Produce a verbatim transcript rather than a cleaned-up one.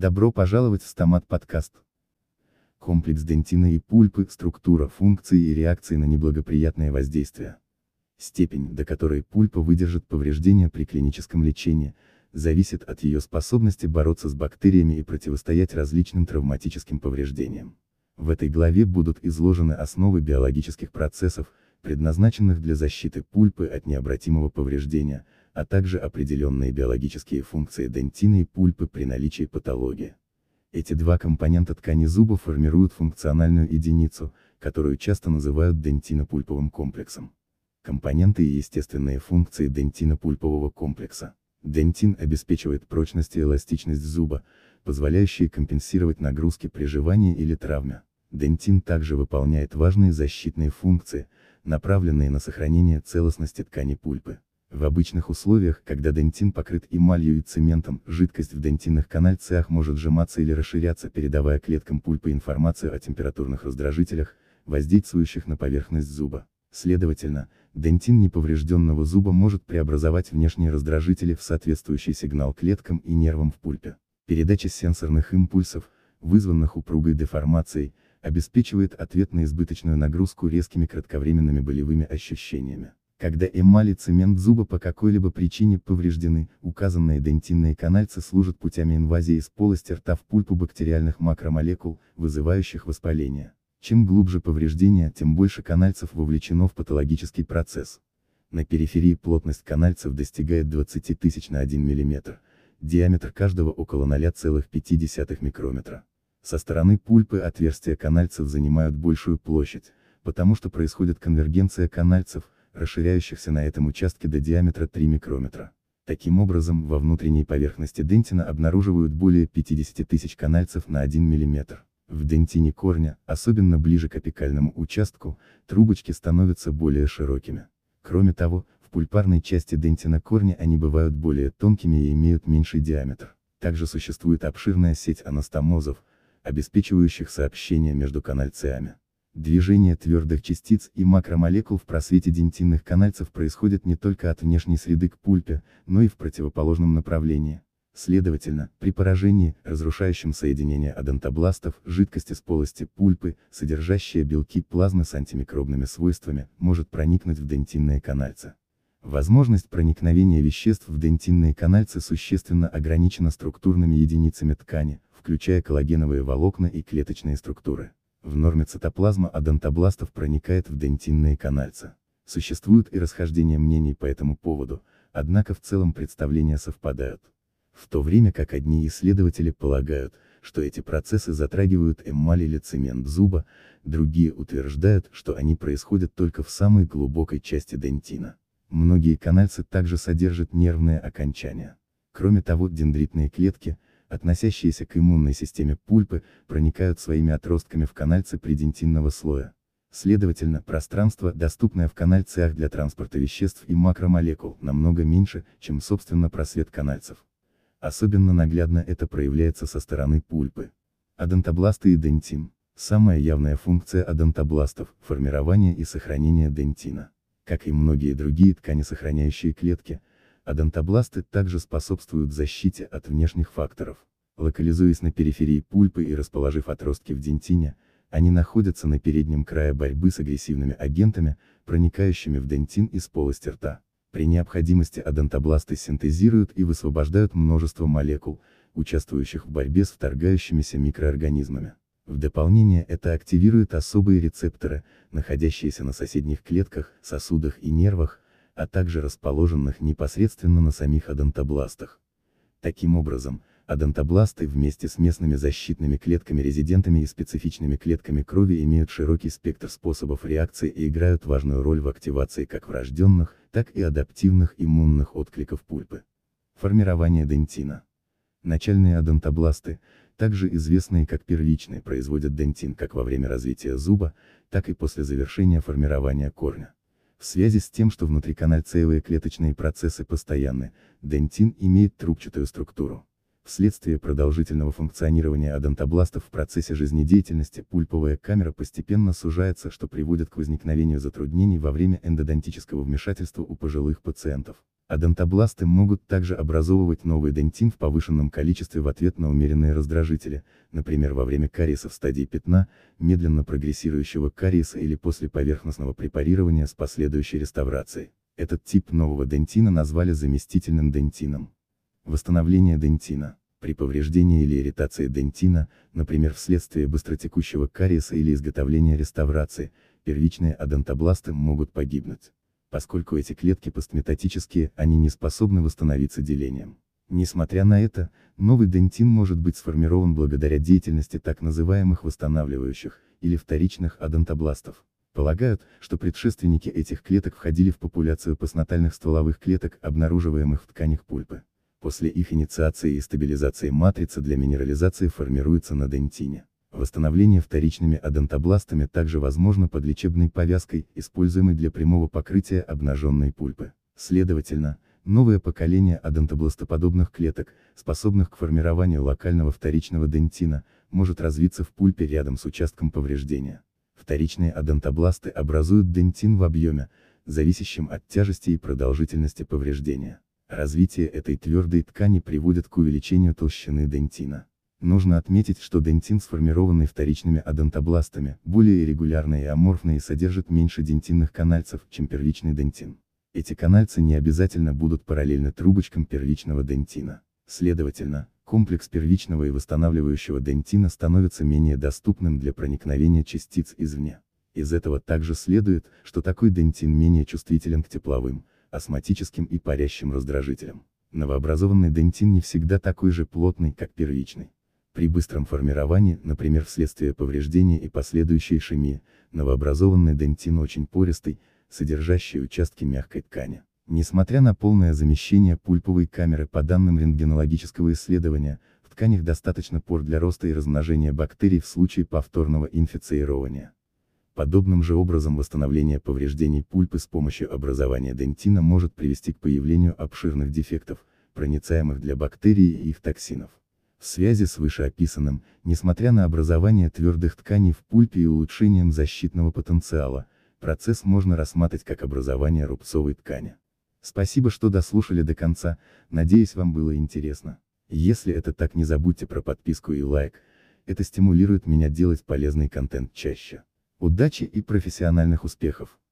Добро пожаловать в Стомат подкаст. Комплекс дентина и пульпы, структура, функции и реакции на неблагоприятные воздействия. Степень, до которой пульпа выдержит повреждения при клиническом лечении, зависит от ее способности бороться с бактериями и противостоять различным травматическим повреждениям. В этой главе будут изложены основы биологических процессов, предназначенных для защиты пульпы от необратимого повреждения, а также определенные биологические функции дентина и пульпы при наличии патологии. Эти два компонента ткани зуба формируют функциональную единицу, которую часто называют дентино-пульповым комплексом. Компоненты и естественные функции дентино-пульпового комплекса. Дентин обеспечивает прочность и эластичность зуба, позволяющие компенсировать нагрузки при жевании или травме. Дентин также выполняет важные защитные функции, направленные на сохранение целостности ткани пульпы. В обычных условиях, когда дентин покрыт эмалью и цементом, жидкость в дентинных канальцах может сжиматься или расширяться, передавая клеткам пульпы информацию о температурных раздражителях, воздействующих на поверхность зуба. Следовательно, дентин неповрежденного зуба может преобразовать внешние раздражители в соответствующий сигнал клеткам и нервам в пульпе. Передача сенсорных импульсов, вызванных упругой деформацией, обеспечивает ответ на избыточную нагрузку резкими кратковременными болевыми ощущениями. Когда эмаль и цемент зуба по какой-либо причине повреждены, указанные дентинные канальцы служат путями инвазии из полости рта в пульпу бактериальных макромолекул, вызывающих воспаление. Чем глубже повреждение, тем больше канальцев вовлечено в патологический процесс. На периферии плотность канальцев достигает двадцати тысяч на один миллиметр, диаметр каждого около ноль целых пять десятых микрометра. Со стороны пульпы отверстия канальцев занимают большую площадь, потому что происходит конвергенция канальцев, расширяющихся на этом участке до диаметра три микрометра. Таким образом, во внутренней поверхности дентина обнаруживают более пятидесяти тысяч канальцев на один миллиметр. В дентине корня, особенно ближе к апикальному участку, трубочки становятся более широкими. Кроме того, в пульпарной части дентина корня они бывают более тонкими и имеют меньший диаметр. Также существует обширная сеть анастомозов, обеспечивающих сообщение между канальцами. Движение твердых частиц и макромолекул в просвете дентинных канальцев происходит не только от внешней среды к пульпе, но и в противоположном направлении. Следовательно, при поражении, разрушающем соединение одонтобластов, жидкость из полости пульпы, содержащая белки плазмы с антимикробными свойствами, может проникнуть в дентинные канальцы. Возможность проникновения веществ в дентинные канальцы существенно ограничена структурными единицами ткани, включая коллагеновые волокна и клеточные структуры. В норме цитоплазма одонтобластов проникает в дентинные канальцы. Существуют и расхождения мнений по этому поводу, однако в целом представления совпадают. В то время как одни исследователи полагают, что эти процессы затрагивают эмаль или цемент зуба, другие утверждают, что они происходят только в самой глубокой части дентина. Многие канальцы также содержат нервные окончания. Кроме того, дендритные клетки, относящиеся к иммунной системе пульпы, проникают своими отростками в канальцы предентинного слоя. Следовательно, пространство, доступное в канальцах для транспорта веществ и макромолекул, намного меньше, чем собственно просвет канальцев. Особенно наглядно это проявляется со стороны пульпы. Одонтобласты и дентин. Самая явная функция одонтобластов – формирование и сохранение дентина. Как и многие другие тканесохраняющие клетки, одонтобласты также способствуют защите от внешних факторов. Локализуясь на периферии пульпы и расположив отростки в дентине, они находятся на переднем крае борьбы с агрессивными агентами, проникающими в дентин из полости рта. При необходимости одонтобласты синтезируют и высвобождают множество молекул, участвующих в борьбе с вторгающимися микроорганизмами. В дополнение это активирует особые рецепторы, находящиеся на соседних клетках, сосудах и нервах, а также расположенных непосредственно на самих одонтобластах. Таким образом, одонтобласты вместе с местными защитными клетками-резидентами и специфичными клетками крови имеют широкий спектр способов реакции и играют важную роль в активации как врожденных, так и адаптивных иммунных откликов пульпы. Формирование дентина. Начальные одонтобласты, также известные как первичные, производят дентин как во время развития зуба, так и после завершения формирования корня. В связи с тем, что внутриканальцевые клеточные процессы постоянны, дентин имеет трубчатую структуру. Вследствие продолжительного функционирования одонтобластов в процессе жизнедеятельности пульповая камера постепенно сужается, что приводит к возникновению затруднений во время эндодонтического вмешательства у пожилых пациентов. Одонтобласты могут также образовывать новый дентин в повышенном количестве в ответ на умеренные раздражители, например во время кариеса в стадии пятна, медленно прогрессирующего кариеса или после поверхностного препарирования с последующей реставрацией. Этот тип нового дентина назвали заместительным дентином. Восстановление дентина. При повреждении или ирритации дентина, например вследствие быстротекущего кариеса или изготовления реставрации, первичные одонтобласты могут погибнуть. Поскольку эти клетки постметатические, они не способны восстановиться делением. Несмотря на это, новый дентин может быть сформирован благодаря деятельности так называемых восстанавливающих, или вторичных одонтобластов. Полагают, что предшественники этих клеток входили в популяцию постнатальных стволовых клеток, обнаруживаемых в тканях пульпы. После их инициации и стабилизации матрица для минерализации формируется на дентине. Восстановление вторичными одонтобластами также возможно под лечебной повязкой, используемой для прямого покрытия обнаженной пульпы. Следовательно, новое поколение одонтобластоподобных клеток, способных к формированию локального вторичного дентина, может развиться в пульпе рядом с участком повреждения. Вторичные одонтобласты образуют дентин в объеме, зависящем от тяжести и продолжительности повреждения. Развитие этой твердой ткани приводит к увеличению толщины дентина. Нужно отметить, что дентин, сформированный вторичными одонтобластами, более регулярный и аморфный и содержит меньше дентинных канальцев, чем первичный дентин. Эти канальцы не обязательно будут параллельны трубочкам первичного дентина. Следовательно, комплекс первичного и восстанавливающего дентина становится менее доступным для проникновения частиц извне. Из этого также следует, что такой дентин менее чувствителен к тепловым, осмотическим и парящим раздражителям. Новообразованный дентин не всегда такой же плотный, как первичный. При быстром формировании, например вследствие повреждения и последующей ишемии, новообразованный дентин очень пористый, содержащий участки мягкой ткани. Несмотря на полное замещение пульповой камеры по данным рентгенологического исследования, в тканях достаточно пор для роста и размножения бактерий в случае повторного инфицирования. Подобным же образом восстановление повреждений пульпы с помощью образования дентина может привести к появлению обширных дефектов, проницаемых для бактерий и их токсинов. В связи с вышеописанным, несмотря на образование твердых тканей в пульпе и улучшением защитного потенциала, процесс можно рассматривать как образование рубцовой ткани. Спасибо, что дослушали до конца, надеюсь, вам было интересно. Если это так, не забудьте про подписку и лайк, это стимулирует меня делать полезный контент чаще. Удачи и профессиональных успехов!